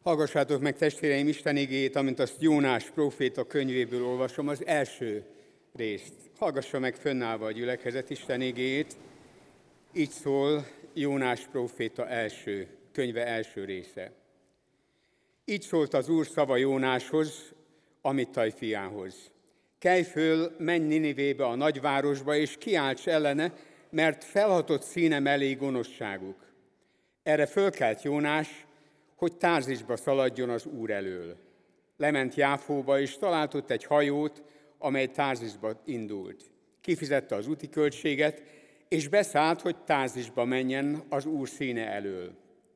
Hallgassátok meg, testvéreim, Isten igéjét, amint azt Jónás próféta könyvéből olvasom, az első részt. Hallgassa meg fönnállva a gyülekezet Isten igéjét. Így szól Jónás próféta könyve első része. Így szólt az Úr szava Jónáshoz, Amittai fiához. Kelj föl, menj Ninivébe, a nagyvárosba, és kiálts ellene, mert felhatott színem elé gonoszságuk. Erre fölkelt Jónás, hogy Tárzisba szaladjon az Úr elől. Lement Jáfóba, és talált ott egy hajót, amely Tárzisba indult. Kifizette az úti költséget, és beszállt, hogy Tárzisba menjen az Úr színe elől.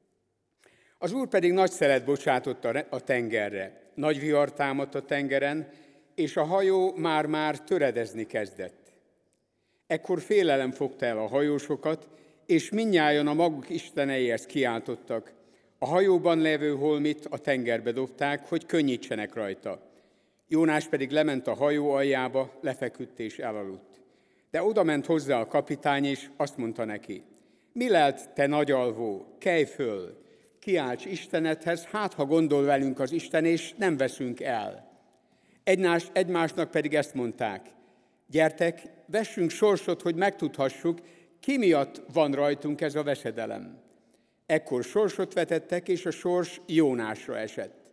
Az Úr pedig nagy szelet bocsátott a tengerre. Nagy vihar támadt a tengeren, és a hajó már töredezni kezdett. Ekkor félelem fogta el a hajósokat, és mindnyájan a maguk isteneihez kiáltottak. A hajóban levő holmit a tengerbe dobták, hogy könnyítsenek rajta. Jónás pedig lement a hajó aljába, lefeküdt és elaludt. De oda ment hozzá a kapitány, és azt mondta neki: mi lelt, te nagyalvó, kelj föl, kiálts Istenedhez, hát ha gondol velünk az Isten, és nem veszünk el. Egymásnak pedig ezt mondták: gyertek, vessünk sorsot, hogy megtudhassuk, ki miatt van rajtunk ez a veszedelem. Ekkor sorsot vetettek, és a sors Jónásra esett.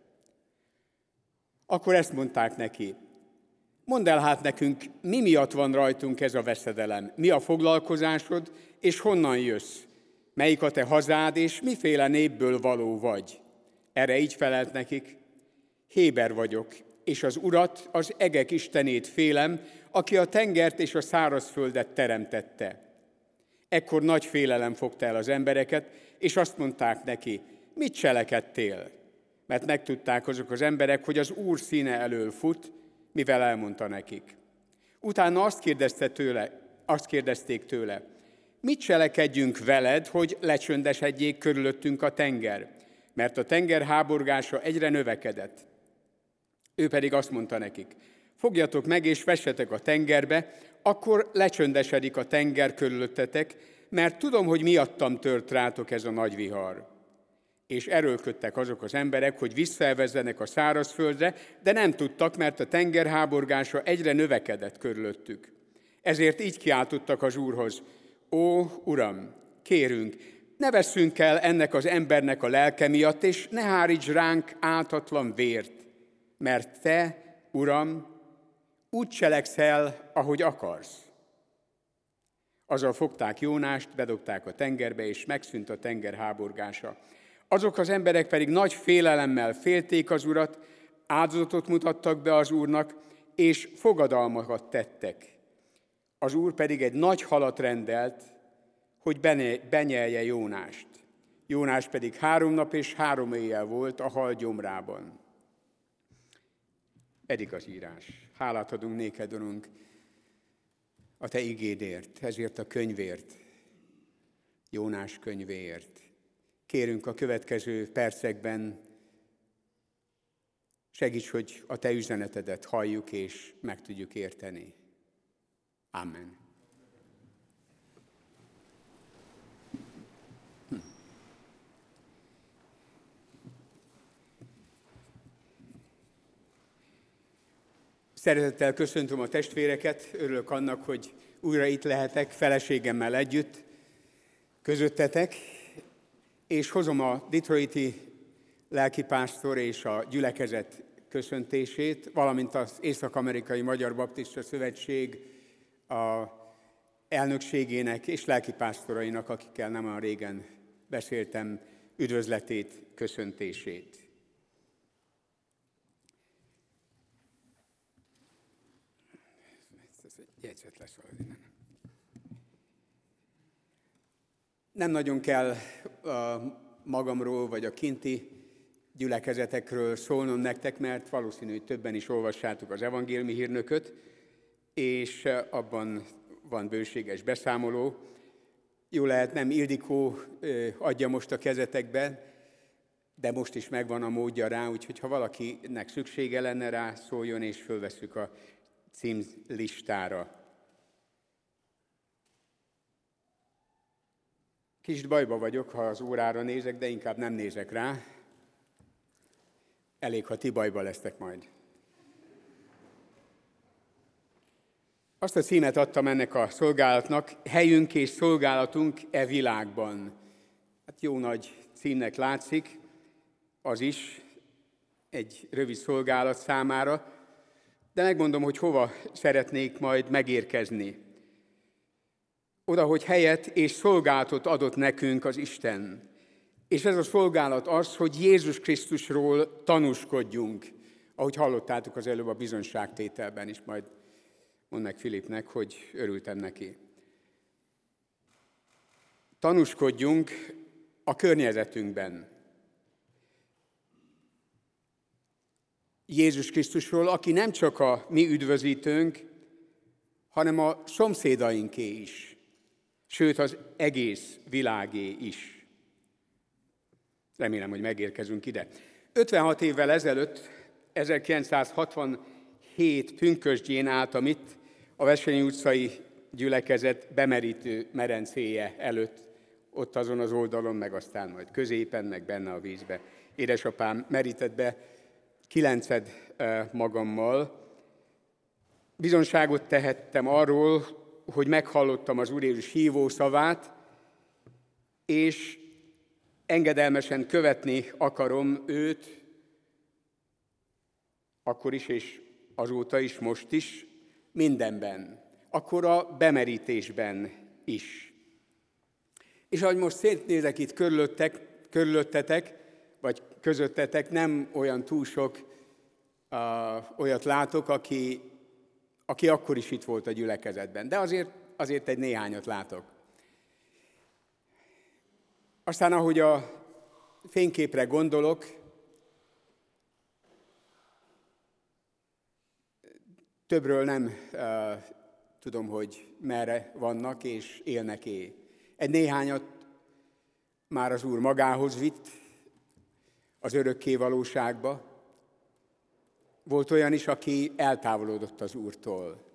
Akkor ezt mondták neki: mondd el hát nekünk, mi miatt van rajtunk ez a veszedelem, mi a foglalkozásod, és honnan jössz, melyik a te hazád, és miféle népből való vagy. Erre így felelt nekik: Héber vagyok, és az Urat, az egek istenét félem, aki a tengert és a szárazföldet teremtette. Ekkor nagy félelem fogta el az embereket, és azt mondták neki: mit cselekedtél? Mert megtudták azok az emberek, hogy az Úr színe elől fut, mivel elmondta nekik. Utána azt kérdezték tőle: mit cselekedjünk veled, hogy lecsöndesedjék körülöttünk a tenger? Mert a tenger háborgása egyre növekedett. Ő pedig azt mondta nekik: fogjatok meg és vessetek a tengerbe, akkor lecsöndesedik a tenger körülöttetek, mert tudom, hogy miattam tört rátok ez a nagy vihar. És erőlködtek azok az emberek, hogy visszaevezzenek a szárazföldre, de nem tudtak, mert a tenger háborgása egyre növekedett körülöttük. Ezért így kiáltottak az Úrhoz: ó, Uram, kérünk, ne vesszünk el ennek az embernek a lelke miatt, és ne háríts ránk ártatlan vért, mert te, Uram, úgy cselekszel, ahogy akarsz. Azzal fogták Jónást, bedobták a tengerbe, és megszűnt a tenger háborgása. Azok az emberek pedig nagy félelemmel félték az Urat, áldozatot mutattak be az Úrnak, és fogadalmakat tettek. Az Úr pedig egy nagy halat rendelt, hogy benyelje Jónást. Jónás pedig 3 nap és 3 éjjel volt a hal gyomrában. Eddig az írás. Hálát adunk néked, Urunk, a te igédért, ezért a könyvért, Jónás könyvéért. Kérünk a következő percekben, segíts, hogy a te üzenetedet halljuk és meg tudjuk érteni. Amen. Szeretettel köszöntöm a testvéreket, örülök annak, hogy újra itt lehetek feleségemmel együtt, közöttetek, és hozom a detroiti lelkipásztor és a gyülekezet köszöntését, valamint az Észak-Amerikai Magyar Baptista Szövetség a elnökségének és lelkipásztorainak, akikkel nem olyan régen beszéltem, üdvözletét, köszöntését. Jegyzet lesz valami. Nem nagyon kell magamról vagy a kinti gyülekezetekről szólnom nektek, mert valószínű, hogy többen is olvassátok az evangéliumi hírnököt, és abban van bőséges beszámoló. Jó lehet, nem Ildikó adja most a kezetekbe, de most is megvan a módja rá, úgyhogy ha valakinek szüksége lenne rá, szóljon, és fölvesszük a címlistára. Kicsit bajba vagyok, ha az órára nézek, de inkább nem nézek rá. elég, ha ti bajba lesztek majd. Azt a címet adtam ennek a szolgálatnak, helyünk és szolgálatunk e világban. Hát jó nagy címnek látszik, az is egy rövid szolgálat számára, de megmondom, hogy hova szeretnék majd megérkezni. Oda, hogy helyet és szolgálatot adott nekünk az Isten. És ez a szolgálat az, hogy Jézus Krisztusról tanúskodjunk, ahogy hallottátok az előbb a bizonyságtételben is, majd mondd meg Filipnek, hogy örültem neki. Tanúskodjunk a környezetünkben. Jézus Krisztusról, aki nem csak a mi üdvözítőnk, hanem a szomszédainké is, sőt az egész világé is. Remélem, hogy megérkezünk ide. 56 évvel ezelőtt, 1967 pünkösdjén álltam itt a Wesselényi utcai gyülekezet bemerítő medencéje előtt, ott azon az oldalon, meg aztán majd középen, meg benne a vízbe. Édesapám merített be 9 magammal. Bizonságot tehettem arról, hogy meghallottam az Úr Jézus hívó szavát, és engedelmesen követni akarom őt, akkor is, és azóta is, most is, mindenben. Akkor a bemerítésben is. És ahogy most szétnézek itt körülöttetek, vagy közöttetek, nem olyan túl sok olyat látok, aki akkor is itt volt a gyülekezetben. De azért egy néhányat látok. Aztán, ahogy a fényképre gondolok, többről nem tudom, hogy merre vannak és élnek-e. Egy néhányat már az Úr magához vitt, az örökké valóságba. Volt olyan is, aki eltávolodott az Úrtól.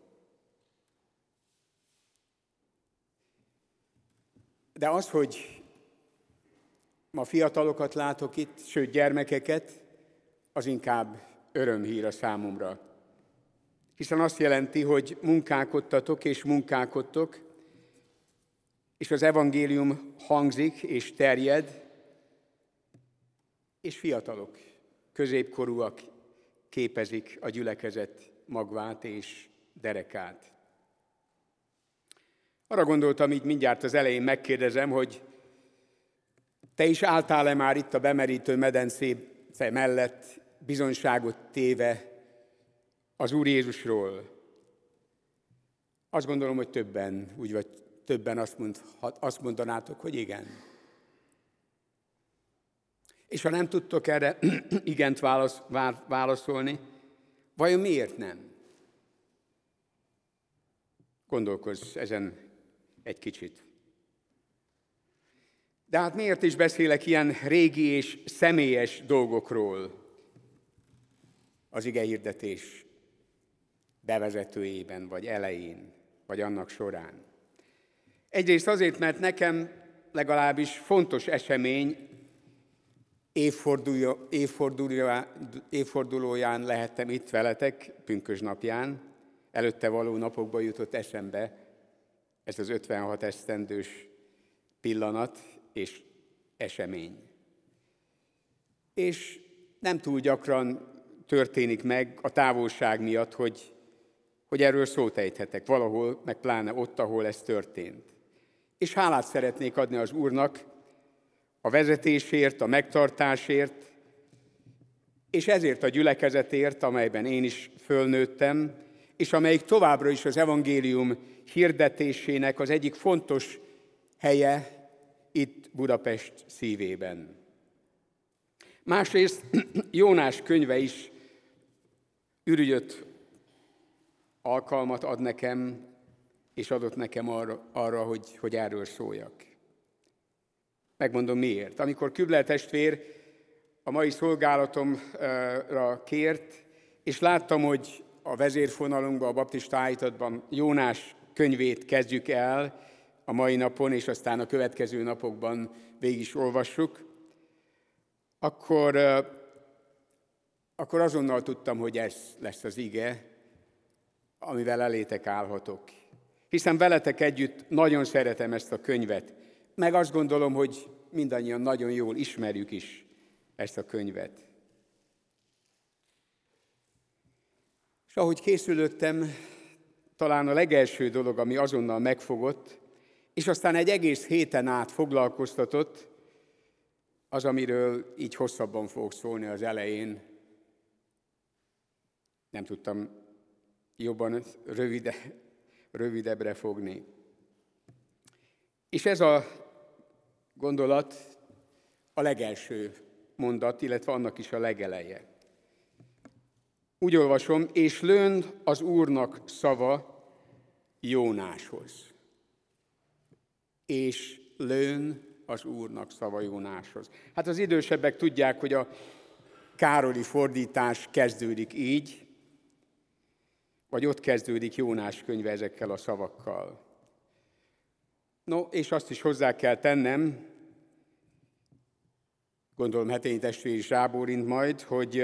De az, hogy ma fiatalokat látok itt, sőt gyermekeket, az inkább örömhír a számomra. Hiszen azt jelenti, hogy munkálkodtatok és munkálkodtok, és az evangélium hangzik és terjed, és fiatalok, középkorúak képezik a gyülekezet magvát és derekát. Arra gondoltam, így mindjárt az elején megkérdezem, hogy te is álltál-e már itt a bemerítő medencé mellett bizonyságot téve az Úr Jézusról? Azt gondolom, hogy többen azt mondanátok, hogy igen. És ha nem tudtok erre igent válaszolni, vajon miért nem? Gondolkozz ezen egy kicsit. De hát miért is beszélek ilyen régi és személyes dolgokról az igehirdetés bevezetőjében, vagy elején, vagy annak során? Egyrészt azért, mert nekem legalábbis fontos esemény, évfordulóján lehettem itt veletek, pünkösdnapján, előtte való napokban jutott eszembe ez az 56 esztendős pillanat és esemény. És nem túl gyakran történik meg a távolság miatt, hogy erről szót ejthetek valahol, meg pláne ott, ahol ez történt. És hálát szeretnék adni az Úrnak a vezetésért, a megtartásért, és ezért a gyülekezetért, amelyben én is fölnőttem, és amelyik továbbra is az evangélium hirdetésének az egyik fontos helye itt Budapest szívében. Másrészt Jónás könyve is ürügyött alkalmat ad nekem, és adott nekem arra, hogy erről szóljak. Megmondom miért. Amikor Kübler testvér a mai szolgálatomra kért, és láttam, hogy a vezérfonalunkban, a baptista ágyatatban Jónás könyvét kezdjük el a mai napon, és aztán a következő napokban végig is olvassuk, akkor akkor azonnal tudtam, hogy ez lesz az ige, amivel elétek állhatok. Hiszen veletek együtt nagyon szeretem ezt a könyvet, meg azt gondolom, hogy mindannyian nagyon jól ismerjük is ezt a könyvet. És ahogy készülöttem, talán a legelső dolog, ami azonnal megfogott, és aztán egy egész héten át foglalkoztatott, az, amiről így hosszabban fogok szólni az elején. Nem tudtam jobban rövidebbre fogni. És ez a gondolat a legelső mondat, illetve annak is a legeleje. Úgy olvasom, és lőn az Úrnak szava Jónáshoz. És lőn az Úrnak szava Jónáshoz. Hát az idősebbek tudják, hogy a Károli fordítás kezdődik így, vagy ott kezdődik Jónás könyve ezekkel a szavakkal. No, és azt is hozzá kell tennem, gondolom Hetényi testvér is rábólint majd, hogy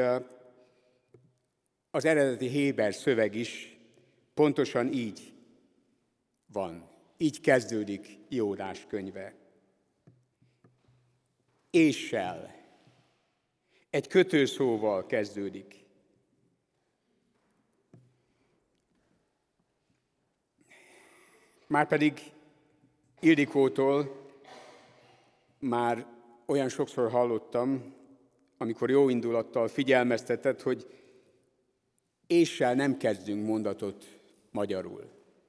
az eredeti héber szöveg is pontosan így van. Így kezdődik Jónás könyve. Éssel. Egy kötőszóval kezdődik. Márpedig Ildikótól már olyan sokszor hallottam, amikor jó indulattal figyelmeztetett, hogy éssel nem kezdünk mondatot magyarul.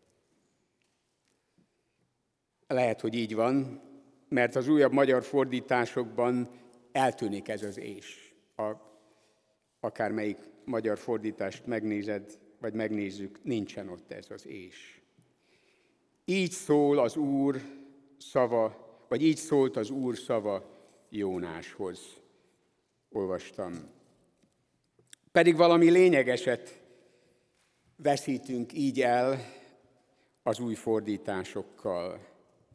Lehet, hogy így van, mert az újabb magyar fordításokban eltűnik ez az és. Akármelyik magyar fordítást megnézed, vagy megnézzük, nincsen ott ez az és. Így szól az Úr szava, vagy így szólt az Úr szava Jónáshoz. Olvastam. Pedig valami lényegeset veszítünk így el az új fordításokkal.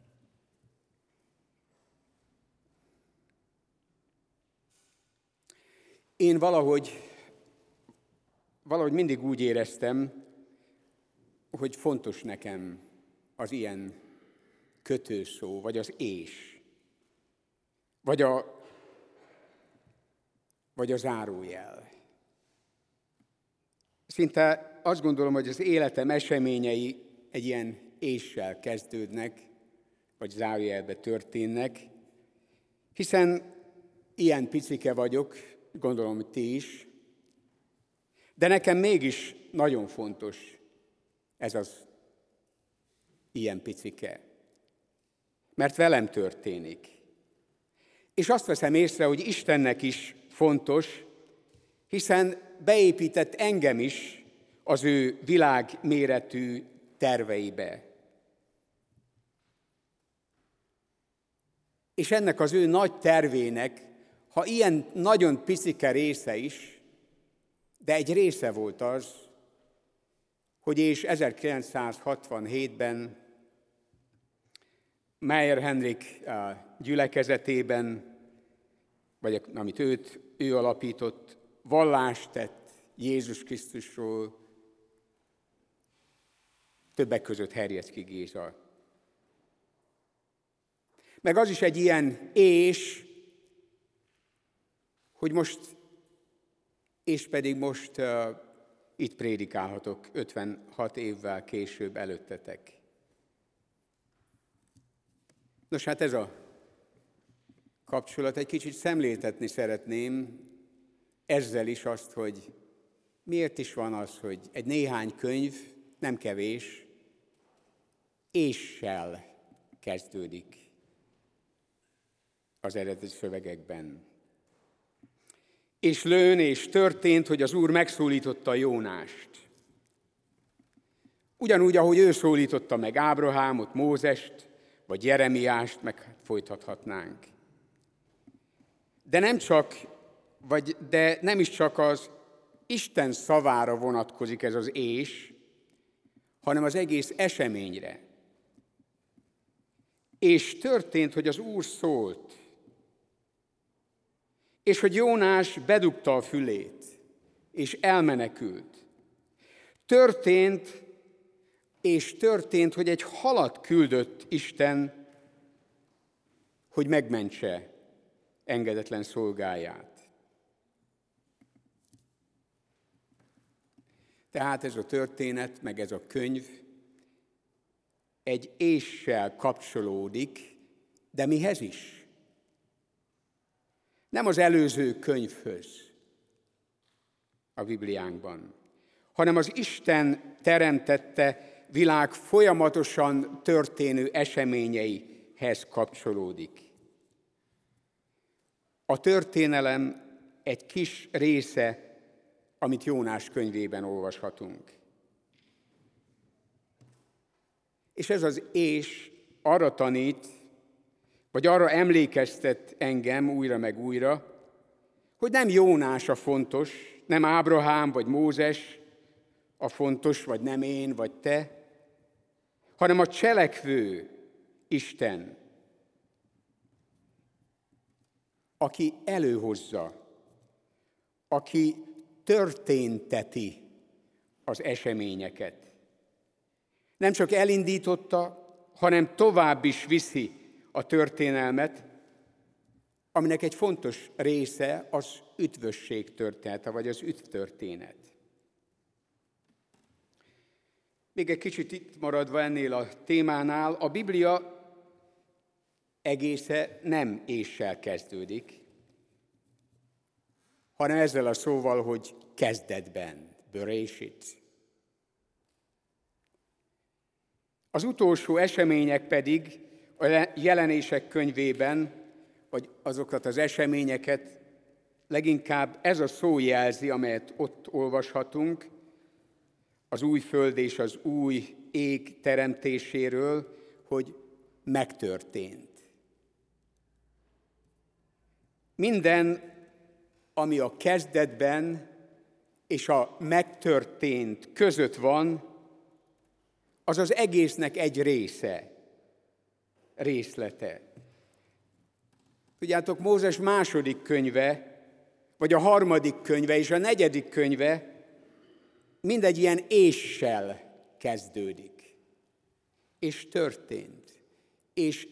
Én valahogy mindig úgy éreztem, hogy fontos nekem az ilyen kötőszó, vagy az és, vagy a zárójel. Szinte azt gondolom, hogy az életem eseményei egy ilyen éssel kezdődnek, vagy zárójelbe történnek, hiszen ilyen picike vagyok, gondolom, hogy ti is, de nekem mégis nagyon fontos ez az ilyen picike, mert velem történik. És azt veszem észre, hogy Istennek is fontos, hiszen beépített engem is az ő világméretű terveibe. És ennek az ő nagy tervének, ha ilyen nagyon picike része is, de egy része volt az, hogy és 1967-ben Meyer Henrik gyülekezetében, vagy amit ő alapított, vallást tett Jézus Krisztusról, többek között Herjeszki Géza. Meg az is egy ilyen és, hogy most itt prédikálhatok 56 évvel később előttetek. Nos, hát ez a kapcsolat, egy kicsit szemléltetni szeretném ezzel is azt, hogy miért is van az, hogy egy néhány könyv, nem kevés, éssel kezdődik az eredeti szövegekben. És lőn és történt, hogy az Úr megszólította Jónást. Ugyanúgy, ahogy ő szólította meg Ábrahámot, Mózest, vagy Jeremiást, meg folytathatnánk. De nem is csak az Isten szavára vonatkozik ez az és, hanem az egész eseményre. És történt, hogy az Úr szólt, és hogy Jónás bedugta a fülét. és elmenekült. Történt, hogy egy halat küldött Isten, hogy megmentse engedetlen szolgáját. Tehát ez a történet, meg ez a könyv egy éssel kapcsolódik, de mihez is? Nem az előző könyvhöz a Bibliánkban, hanem az Isten teremtette világ folyamatosan történő eseményeihez kapcsolódik. A történelem egy kis része, amit Jónás könyvében olvashatunk. És ez az és arra tanít, vagy arra emlékeztet engem újra meg újra, hogy nem Jónás a fontos, nem Ábrahám vagy Mózes a fontos, vagy nem én, vagy te, hanem a cselekvő Isten, aki előhozza, aki történteti az eseményeket. Nem csak elindította, hanem tovább is viszi a történelmet, aminek egy fontos része az üdvösség története, vagy az üdvtörténet. Még egy kicsit itt maradva ennél a témánál, a Biblia egésze nem éssel kezdődik, hanem ezzel a szóval, hogy kezdetben, Berésit. Az utolsó események pedig a jelenések könyvében, vagy azokat az eseményeket leginkább ez a szó jelzi, amelyet ott olvashatunk, az új föld és az új ég teremtéséről, hogy megtörtént. Minden, ami a kezdetben és a megtörtént között van, az az egésznek egy részlete. Tudjátok, Mózes második könyve, vagy a harmadik könyve és a negyedik könyve mindegy ilyen éssel kezdődik. És történt. És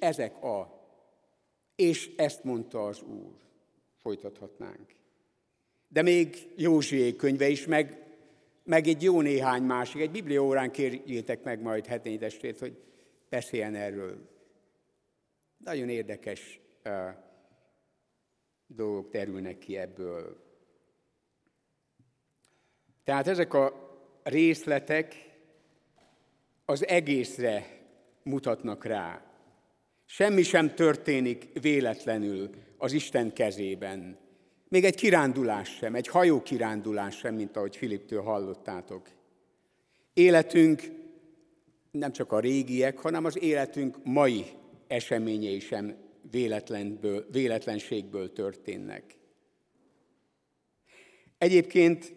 és ezt mondta az Úr. Folytathatnánk. De még Józsué könyve is, meg egy jó néhány másik. Egy bibliaórán kérjétek meg majd Hetényi testvért, hogy beszéljen erről. Nagyon érdekes dolgok derülnek ki ebből. Tehát ezek a részletek az egészre mutatnak rá. Semmi sem történik véletlenül az Isten kezében. Még egy kirándulás sem, egy hajó kirándulás sem, mint ahogy Filiptől hallottátok. Életünk nem csak a régiek, hanem az életünk mai eseményei sem véletlenségből történnek. Egyébként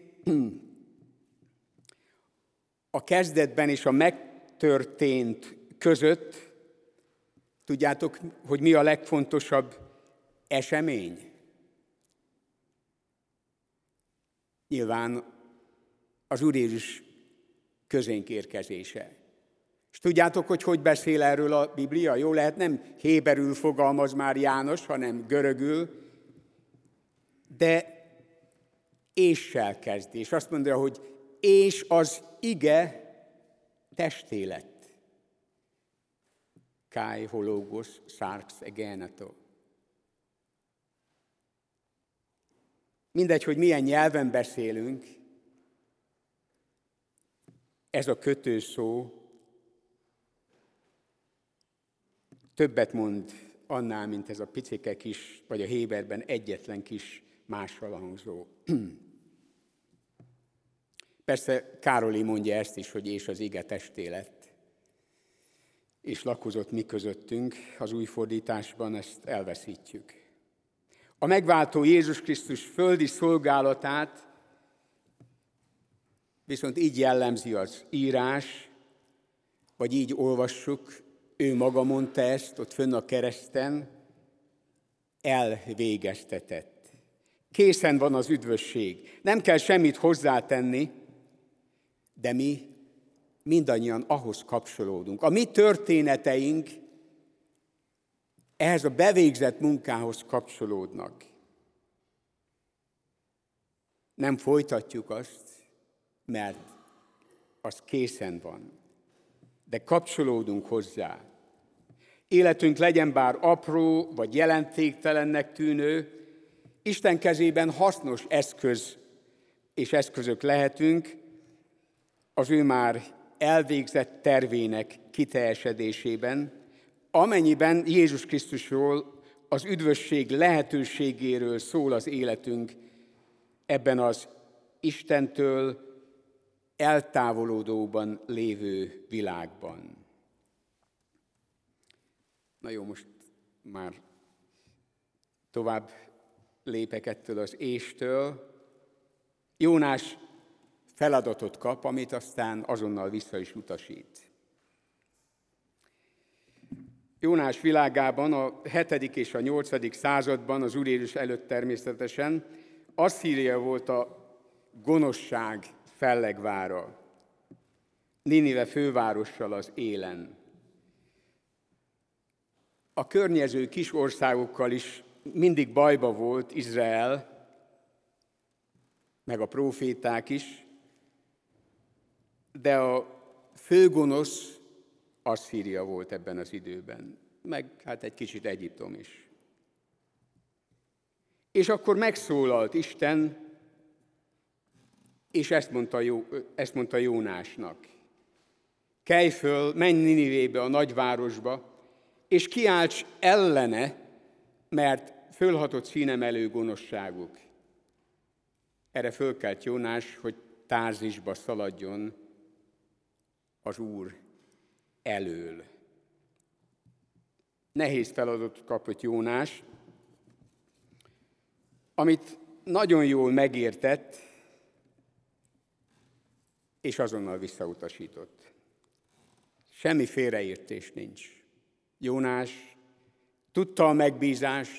a kezdetben és a megtörtént között, tudjátok, hogy mi a legfontosabb esemény? Nyilván az Úr Jézus közénk érkezése. És tudjátok, hogy beszél erről a Biblia? Jó, lehet nem héberül fogalmaz már János, hanem görögül, de éssel kezd, és azt mondja, hogy és az ige testé lett. Kai hologos sarx egenato. Mindegy, hogy milyen nyelven beszélünk, ez a kötőszó többet mond annál, mint ez a picike kis, vagy a héberben egyetlen kis mással hangzó. Persze Károli mondja ezt is, hogy és az ige testé lett, és lakozott mi közöttünk, az új fordításban ezt elveszítjük. A megváltó Jézus Krisztus földi szolgálatát viszont így jellemzi az írás, vagy így olvassuk, ő maga mondta ezt ott fönn a kereszten, elvégeztetett. Készen van az üdvösség. Nem kell semmit hozzátenni, de mi mindannyian ahhoz kapcsolódunk. A mi történeteink ehhez a bevégzett munkához kapcsolódnak. Nem folytatjuk azt, mert az készen van, de kapcsolódunk hozzá. Életünk legyen bár apró vagy jelentéktelennek tűnő, Isten kezében hasznos eszköz és eszközök lehetünk az ő már elvégzett tervének kiteljesedésében, amennyiben Jézus Krisztusról, az üdvösség lehetőségéről szól az életünk ebben az Istentől eltávolodóban lévő világban. Na jó, most már tovább lépek ettől az éstől. Jónás feladatot kap, amit aztán azonnal vissza is utasít. Jónás világában a 7. és a 8. században, az Úr Jézus előtt természetesen, Asszíria volt a gonoszság fellegvára, Ninive fővárossal az élen. A környező kis országokkal is mindig bajba volt Izrael, meg a próféták is, de a főgonosz Asszíria volt ebben az időben, meg hát egy kicsit Egyiptom is. És akkor megszólalt Isten, és ezt mondta Jónásnak. Kelj föl, menj Ninivébe, a nagyvárosba, és kiálts ellene, mert fölhatott színem elő gonoszságuk. Erre fölkelt Jónás, hogy Tárzisba szaladjon az Úr elől. Nehéz feladatot kapott Jónás, amit nagyon jól megértett, és azonnal visszautasított. Semmi félreértés nincs. Jónás tudta a megbízást,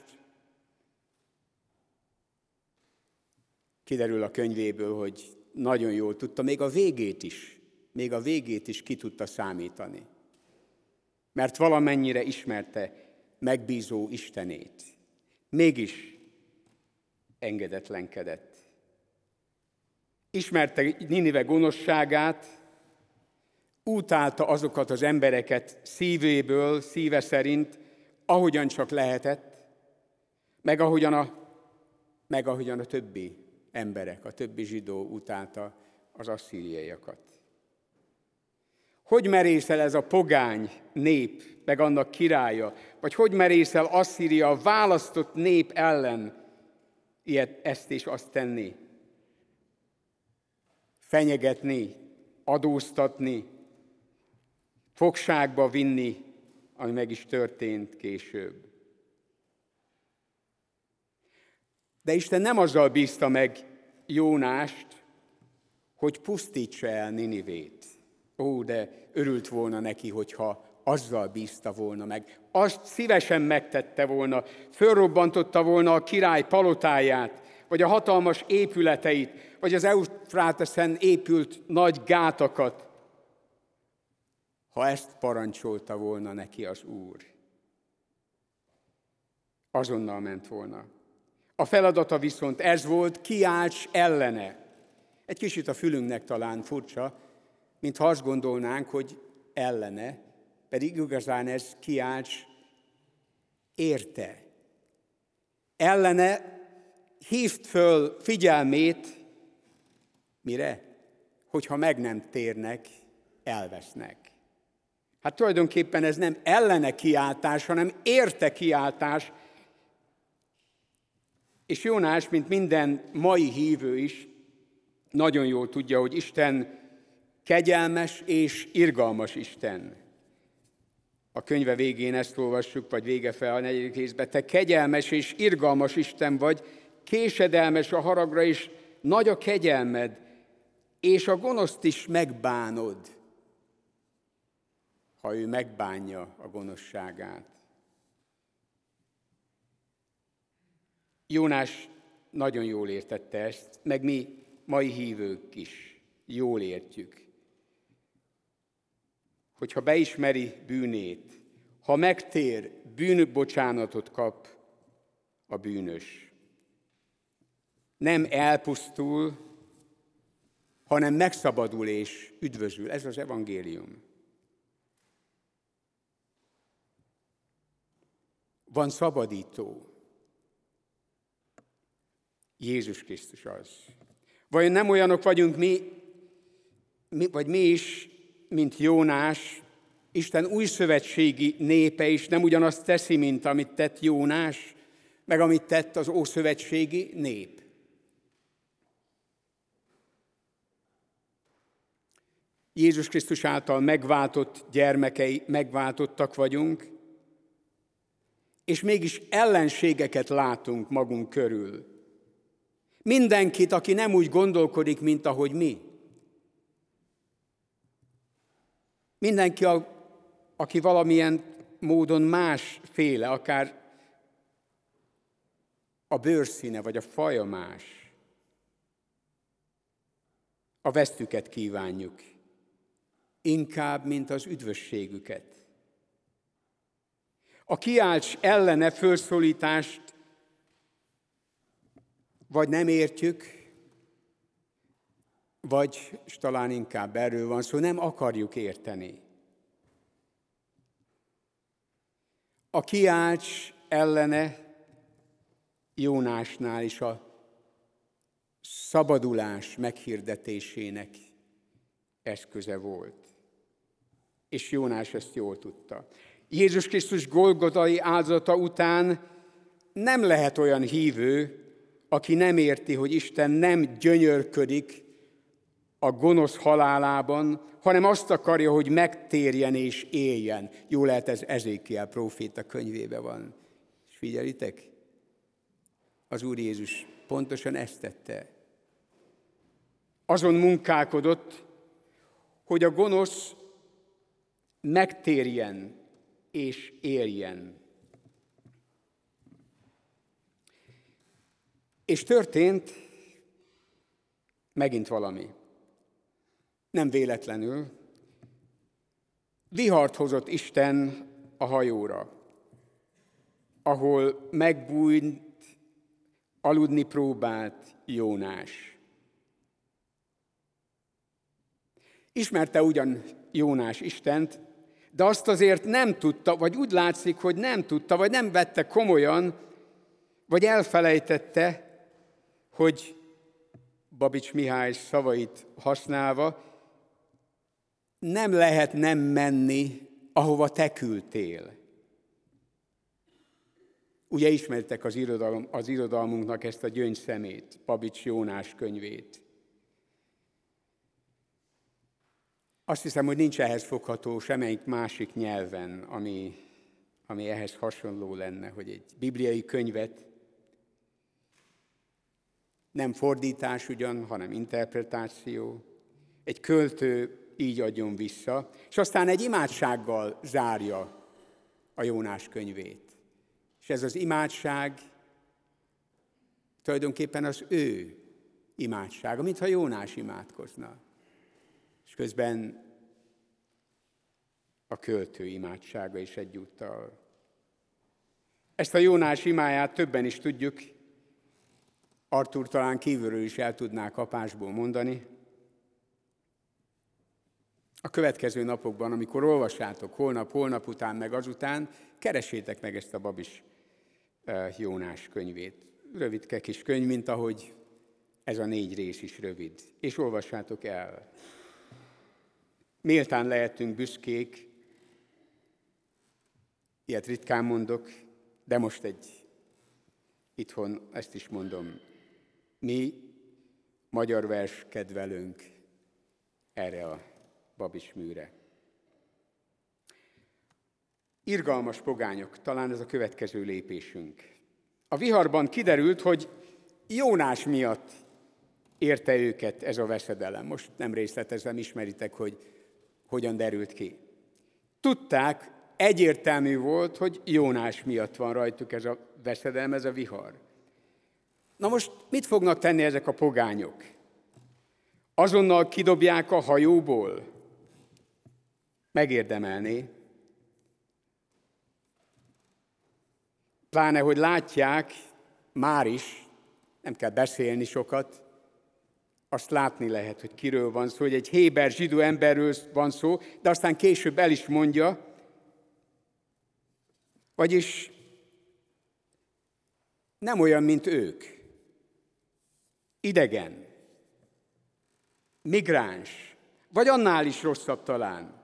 kiderül a könyvéből, hogy nagyon jól tudta, még a végét is ki tudta számítani. Mert valamennyire ismerte megbízó Istenét. Mégis engedetlenkedett. Ismerte Ninive gonoszságát, utálta azokat az embereket szíve szerint, ahogyan csak lehetett, meg ahogyan a többi emberek, a többi zsidó utálta az asszíriaiakat. Hogy merészel ez a pogány nép, meg annak királya, vagy hogy merészel Asszíria a választott nép ellen ezt és azt tenni? Fenyegetni, adóztatni, fogságba vinni, ami meg is történt később. De Isten nem azzal bízta meg Jónást, hogy pusztítsa el Ninivét. Ó, de örült volna neki, hogyha azzal bízta volna meg. Azt szívesen megtette volna, fölrobbantotta volna a király palotáját, vagy a hatalmas épületeit, vagy az Eufráteszen épült nagy gátakat, ha ezt parancsolta volna neki az Úr. Azonnal ment volna. A feladata viszont ez volt, kiálts ellene. Egy kicsit a fülünknek talán furcsa, mintha azt gondolnánk, hogy ellene, pedig igazán ez kiálts érte. Ellene hívd föl figyelmét, mire? Hogyha meg nem térnek, elvesznek. Hát tulajdonképpen ez nem ellene kiáltás, hanem érte kiáltás. És Jónás, mint minden mai hívő is, nagyon jól tudja, hogy Isten kegyelmes és irgalmas Isten. A könyve végén ezt olvassuk, vagy vége fel a 4. részben. Te kegyelmes és irgalmas Isten vagy, késedelmes a haragra, és nagy a kegyelmed, és a gonoszt is megbánod, ha ő megbánja a gonoszságát. Jónás nagyon jól értette ezt, meg mi mai hívők is jól értjük, hogyha beismeri bűnét, ha megtér, bűnbocsánatot kap a bűnös. Nem elpusztul, hanem megszabadul és üdvözül. Ez az evangélium. Van szabadító. Jézus Krisztus az. Vajon nem olyanok vagyunk mi is, mint Jónás, Isten újszövetségi népe is nem ugyanazt teszi, mint amit tett Jónás, meg amit tett az ószövetségi nép. Jézus Krisztus által megváltott gyermekei, megváltottak vagyunk, és mégis ellenségeket látunk magunk körül. Mindenkit, aki nem úgy gondolkodik, mint ahogy mi. Mindenki, aki valamilyen módon másféle, akár a bőrszíne vagy a faja más. A vesztüket kívánjuk, inkább, mint az üdvösségüket. A kiálts ellene fölszólítást vagy nem értjük, vagy, és talán inkább erről van szó, nem akarjuk érteni. A kiálts ellene Jónásnál is a szabadulás meghirdetésének eszköze volt. És Jónás ezt jól tudta. Jézus Krisztus golgotai áldozata után nem lehet olyan hívő, aki nem érti, hogy Isten nem gyönyörködik a gonosz halálában, hanem azt akarja, hogy megtérjen és éljen. Jó lehet, ez Ezékiel próféta könyvében van. És figyelitek? Az Úr Jézus pontosan ezt tette. Azon munkálkodott, hogy a gonosz megtérjen és éljen. És történt megint valami. Nem véletlenül. Vihart hozott Isten a hajóra, ahol megbújt, aludni próbált Jónás. Ismerte ugyan Jónás Istent, de azt azért nem tudta, vagy úgy látszik, hogy nem tudta, vagy nem vette komolyan, vagy elfelejtette, hogy Babics Mihály szavait használva, nem lehet nem menni, ahova te küldtél. Ugye ismertek az irodalmunknak ezt a gyöngyszemét, Babics Jónás könyvét. Azt hiszem, hogy nincs ehhez fogható semmelyik másik nyelven, ami ehhez hasonló lenne, hogy egy bibliai könyvet nem fordítás ugyan, hanem interpretáció, egy költő így adjon vissza, és aztán egy imádsággal zárja a Jónás könyvét. És ez az imádság tulajdonképpen az ő imádsága, mintha Jónás imádkozna. És közben a költő imádsága is egyúttal. Ezt a Jónás imáját többen is tudjuk, Artúr talán kívülről is el tudná kapásból mondani. A következő napokban, amikor olvassátok, holnap után, meg azután, keresétek meg ezt a Babics Jónás könyvét. Rövidke kis könyv, mint ahogy ez a 4 rész is rövid. És olvassátok el. Méltán lehetünk büszkék, ilyet ritkán mondok, de most itthon ezt is mondom. Mi magyar vers kedvelünk erre a Babics műre. Irgalmas pogányok, talán ez a következő lépésünk. A viharban kiderült, hogy Jónás miatt érte őket ez a veszedelem. Most nem részletezem, ismeritek, hogy hogyan derült ki. Tudták, egyértelmű volt, hogy Jónás miatt van rajtuk ez a veszedelem, ez a vihar. Na most mit fognak tenni ezek a pogányok? Azonnal kidobják a hajóból? Megérdemelné. Pláne, hogy látják, már is, nem kell beszélni sokat, azt látni lehet, hogy kiről van szó, hogy egy héber zsidó emberről van szó, de aztán később el is mondja, vagyis nem olyan, mint ők. Idegen, migráns, vagy annál is rosszabb talán.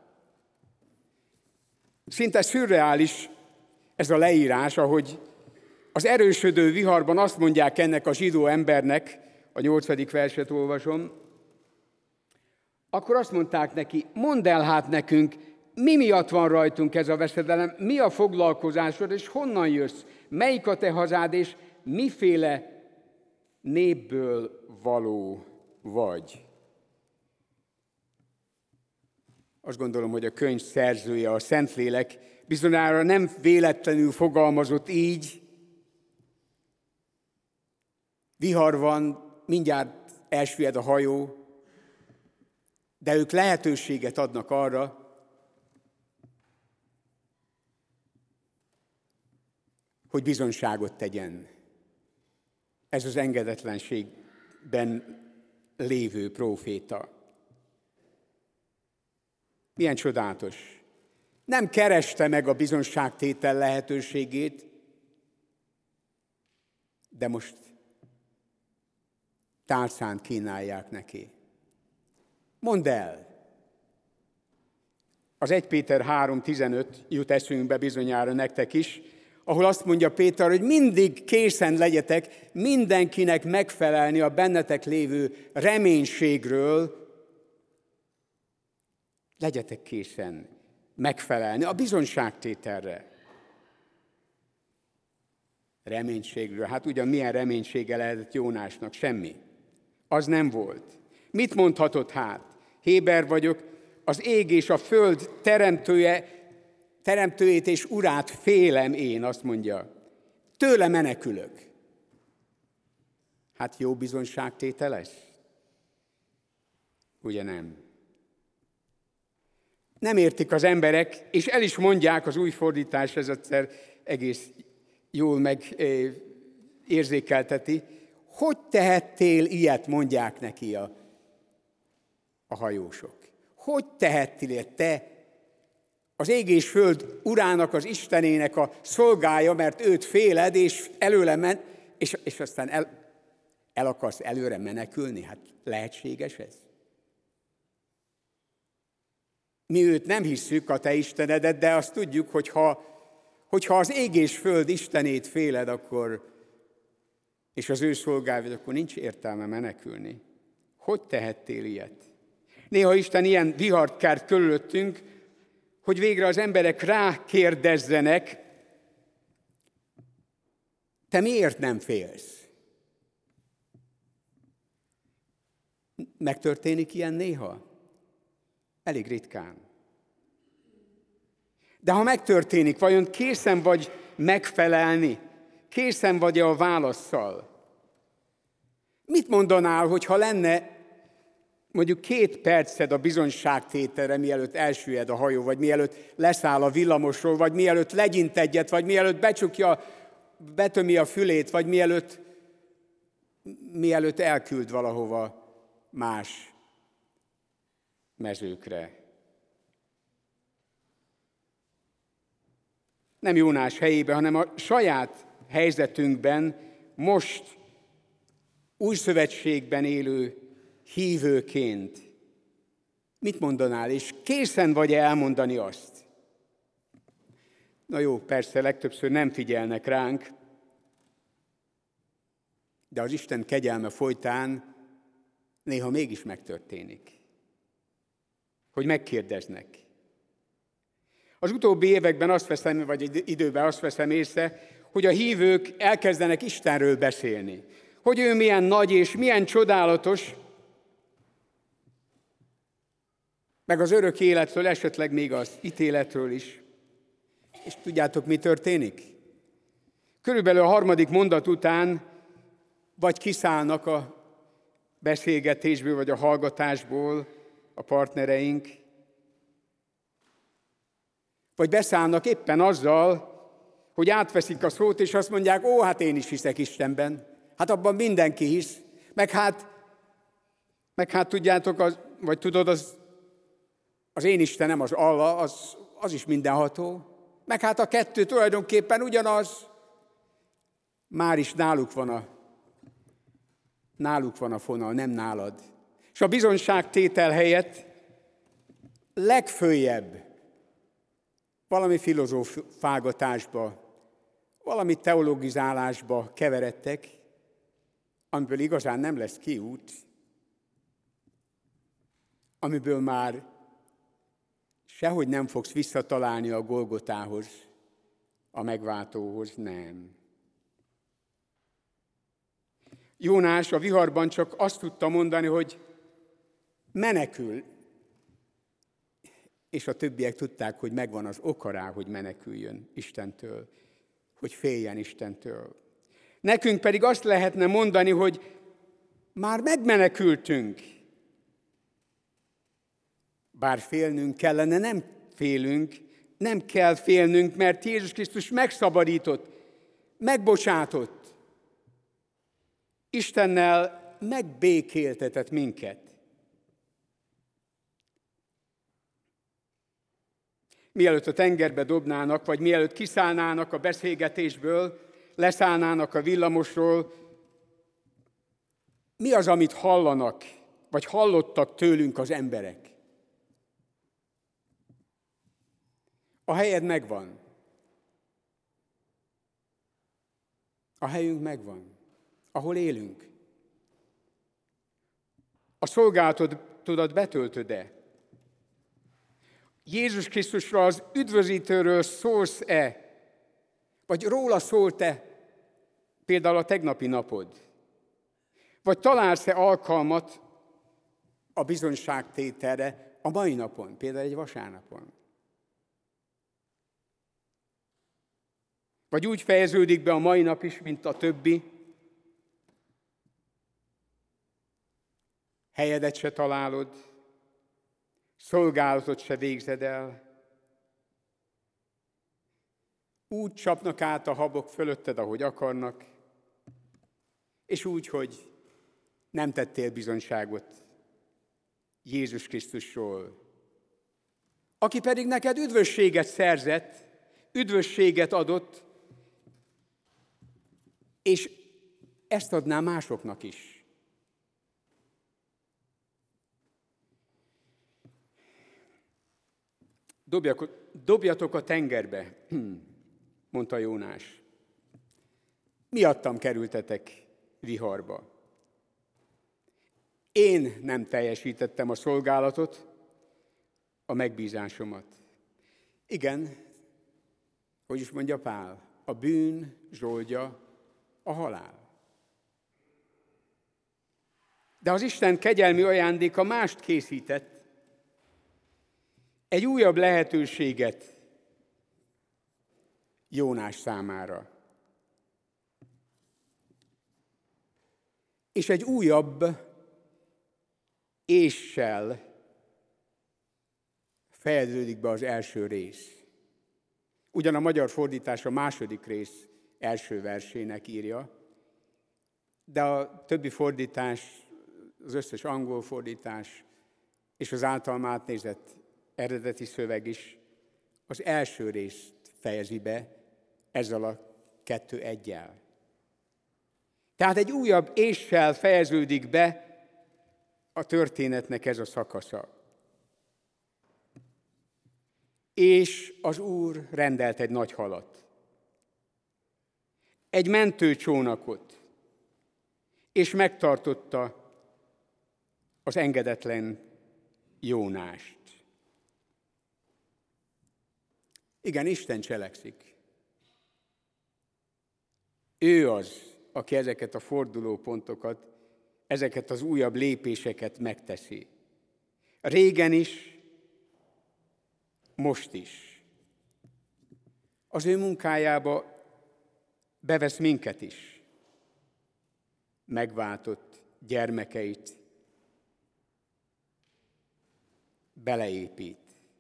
Szinte szürreális ez a leírás, ahogy az erősödő viharban azt mondják ennek a zsidó embernek, a 8. verset olvasom, akkor azt mondták neki, mondd el hát nekünk, mi miatt van rajtunk ez a veszedelem, mi a foglalkozásod, és honnan jössz, melyik a te hazád, és miféle népből való vagy. Azt gondolom, hogy a könyv szerzője, a Szentlélek bizonyára nem véletlenül fogalmazott így. Vihar van, mindjárt elsüllyed a hajó, de ők lehetőséget adnak arra, hogy bizonyságot tegyen. Ez az engedetlenségben lévő próféta. Milyen csodálatos. Nem kereste meg a bizonyságtétel lehetőségét, de most tálcán kínálják neki. Mondd el! Az 1 Péter 3.15 jut eszünkbe bizonyára nektek is, ahol azt mondja Péter, hogy mindig készen legyetek mindenkinek megfelelni a bennetek lévő reménységről, legyetek készen megfelelni a bizonyságtételre. Reménységről. Hát ugyan milyen reménysége lehetett Jónásnak? Semmi. Az nem volt. Mit mondhatott hát? Héber vagyok, az ég és a föld teremtőjét és urát félem én, azt mondja. Tőle menekülök. Hát jó bizonyságtételes? Ugye nem? Nem értik az emberek, és el is mondják, az új fordítás ez egyszer egész jól megérzékelteti, hogy tehettél ilyet, mondják neki a hajósok. Hogy tehettél ilyet, te, az ég és föld urának, az Istenének a szolgája, mert őt féled, és előle ment, és aztán el akarsz előre menekülni? Hát lehetséges ez? Mi őt nem hisszük, a te Istenedet, de azt tudjuk, hogyha az ég és föld Istenét féled, akkor, és az ő szolgálja vagy, akkor nincs értelme menekülni. Hogy tehettél ilyet? Néha Isten ilyen vihart kert körülöttünk, hogy végre az emberek rákérdezzenek, te miért nem félsz? Megtörténik ilyen néha? Elég ritkán. De ha megtörténik, vajon készen vagy megfelelni? Készen vagy a válasszal? Mit mondanál, hogyha lenne mondjuk 2 perced a bizonyságtételre, mielőtt elsüllyed a hajó, vagy mielőtt leszáll a villamosról, vagy mielőtt legyint egyet, vagy mielőtt betömi a fülét, vagy mielőtt elküld valahova más mezőkre. Nem Jónás helyébe, hanem a saját helyzetünkben, most új szövetségben élő hívőként mit mondanál, és készen vagy-e elmondani azt? Na jó, persze, legtöbbször nem figyelnek ránk, de az Isten kegyelme folytán néha mégis megtörténik, hogy megkérdeznek. Az utóbbi években időben azt veszem észre, hogy a hívők elkezdenek Istenről beszélni. Hogy ő milyen nagy és milyen csodálatos, meg az örök életről, esetleg még az ítéletről is. És tudjátok, mi történik? Körülbelül a 3. mondat után vagy kiszállnak a beszélgetésből, vagy a hallgatásból a partnereink, vagy beszállnak éppen azzal, hogy átveszik a szót, és azt mondják, ó, hát én is hiszek Istenben. Hát abban mindenki hisz. Meg hát tudjátok, vagy tudod, az én Istenem, az Allah, az is mindenható. Meg hát a kettő tulajdonképpen ugyanaz. Már is náluk van a fonal, nem nálad. És a bizonyságtétel helyett legföljebb valami filozófálgatásba, valami teologizálásba keveredtek, amiből igazán nem lesz kiút, amiből már sehogy nem fogsz visszatalálni a Golgotához, a megváltóhoz, nem. Jónás a viharban csak azt tudta mondani, hogy menekül, és a többiek tudták, hogy megvan az oka rá, hogy meneküljön Istentől, hogy féljen Istentől. Nekünk pedig azt lehetne mondani, hogy már megmenekültünk. Bár félnünk kellene, nem félünk, nem kell félnünk, mert Jézus Krisztus megszabadított, megbocsátott. Istennel megbékéltetett minket. Mielőtt a tengerbe dobnának, vagy mielőtt kiszállnának a beszélgetésből, leszállnának a villamosról, mi az, amit hallanak, vagy hallottak tőlünk az emberek? A helyed megvan. A helyünk megvan. Ahol élünk. A szolgálatodat betöltöd-e? Jézus Krisztusra, az üdvözítőről szólsz-e? Vagy róla szólt-e például a tegnapi napod? Vagy találsz-e alkalmat a bizonyságtételre a mai napon, például egy vasárnapon? Vagy úgy fejeződik be a mai nap is, mint a többi? Helyedet se találod, szolgálatot se végzed el. Úgy csapnak át a habok fölötted, ahogy akarnak, és úgy, hogy nem tettél bizonyságot Jézus Krisztusról, aki pedig neked üdvösséget szerzett, üdvösséget adott, és ezt adná másoknak is. Dobjatok a tengerbe, mondta Jónás. Miattam kerültetek viharba. Én nem teljesítettem a szolgálatot, a megbízásomat. Igen, hogy is mondja Pál, a bűn zsoldja a halál. De az Isten kegyelmi ajándéka mást készített, egy újabb lehetőséget Jónás számára. És egy újabb éssel fejeződik be az első rész. Ugyan a magyar fordítás a második rész első versének írja, de a többi fordítás, az összes angol fordítás és az általam átnézett eredeti szöveg is az első részt fejezi be ezzel a 2:1-jel. Tehát egy újabb éssel fejeződik be a történetnek ez a szakasza. És az Úr rendelt egy nagy halat, egy mentőcsónakot, és megtartotta az engedetlen Jónást. Igen, Isten cselekszik. Ő az, aki ezeket a fordulópontokat, ezeket az újabb lépéseket megteszi. Régen is, most is. Az ő munkájába bevesz minket is. megváltott gyermekeit beleépít.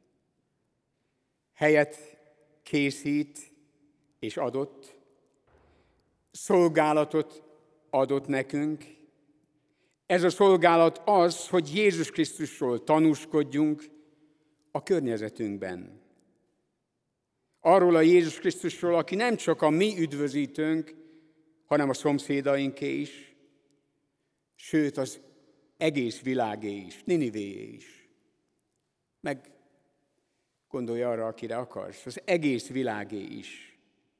Helyet készít és adott, szolgálatot adott nekünk. Ez a szolgálat az, hogy Jézus Krisztusról tanúskodjunk a környezetünkben. Arról a Jézus Krisztusról, aki nem csak a mi üdvözítőnk, hanem a szomszédainké is, sőt az egész világé is, Ninivéé is. Meg gondolj arra, akire akarsz, az egész világé is.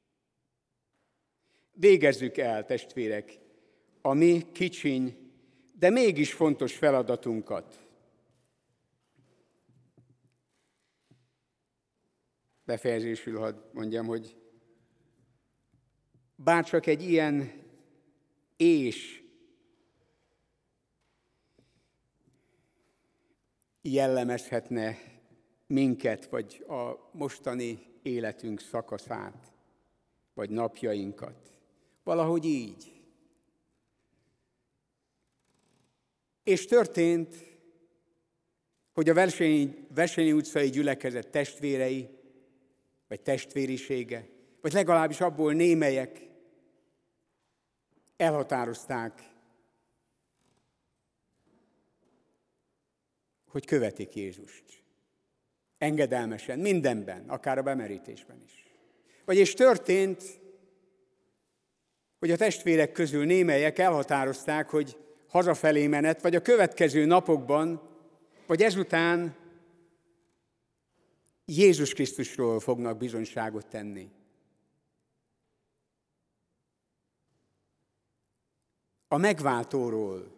Végezzük el, testvérek, a mi kicsiny, de mégis fontos feladatunkat. Befejezésül hadd mondjam, hogy bárcsak egy ilyen jellemezhetne minket, vagy a mostani életünk szakaszát, vagy napjainkat. Valahogy így. És történt, hogy a Versenyi utcai gyülekezet testvérei, vagy testvérisége, vagy legalábbis abból némelyek elhatározták, hogy követik Jézust. Engedelmesen, mindenben, akár a bemerítésben is. Vagyis történt, hogy a testvérek közül némelyek elhatározták, hogy hazafelé menet, vagy a következő napokban, vagy ezután Jézus Krisztusról fognak bizonyságot tenni. A megváltóról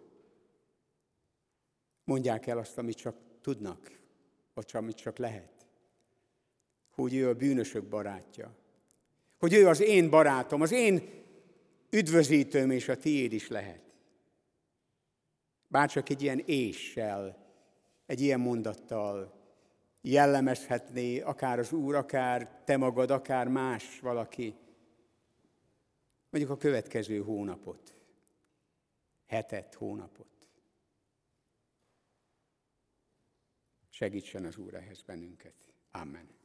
mondják el azt, amit csak tudnak, vagy amit csak lehet. Hogy ő a bűnösök barátja. Hogy ő az én barátom, az én üdvözítőm, és a tiéd is lehet. Bárcsak egy ilyen éssel, egy ilyen mondattal jellemezhetné akár az Úr, akár te magad, akár más valaki, mondjuk a következő hónapot, hetet, hónapot. Segítsen az Úr ehhez bennünket. Amen.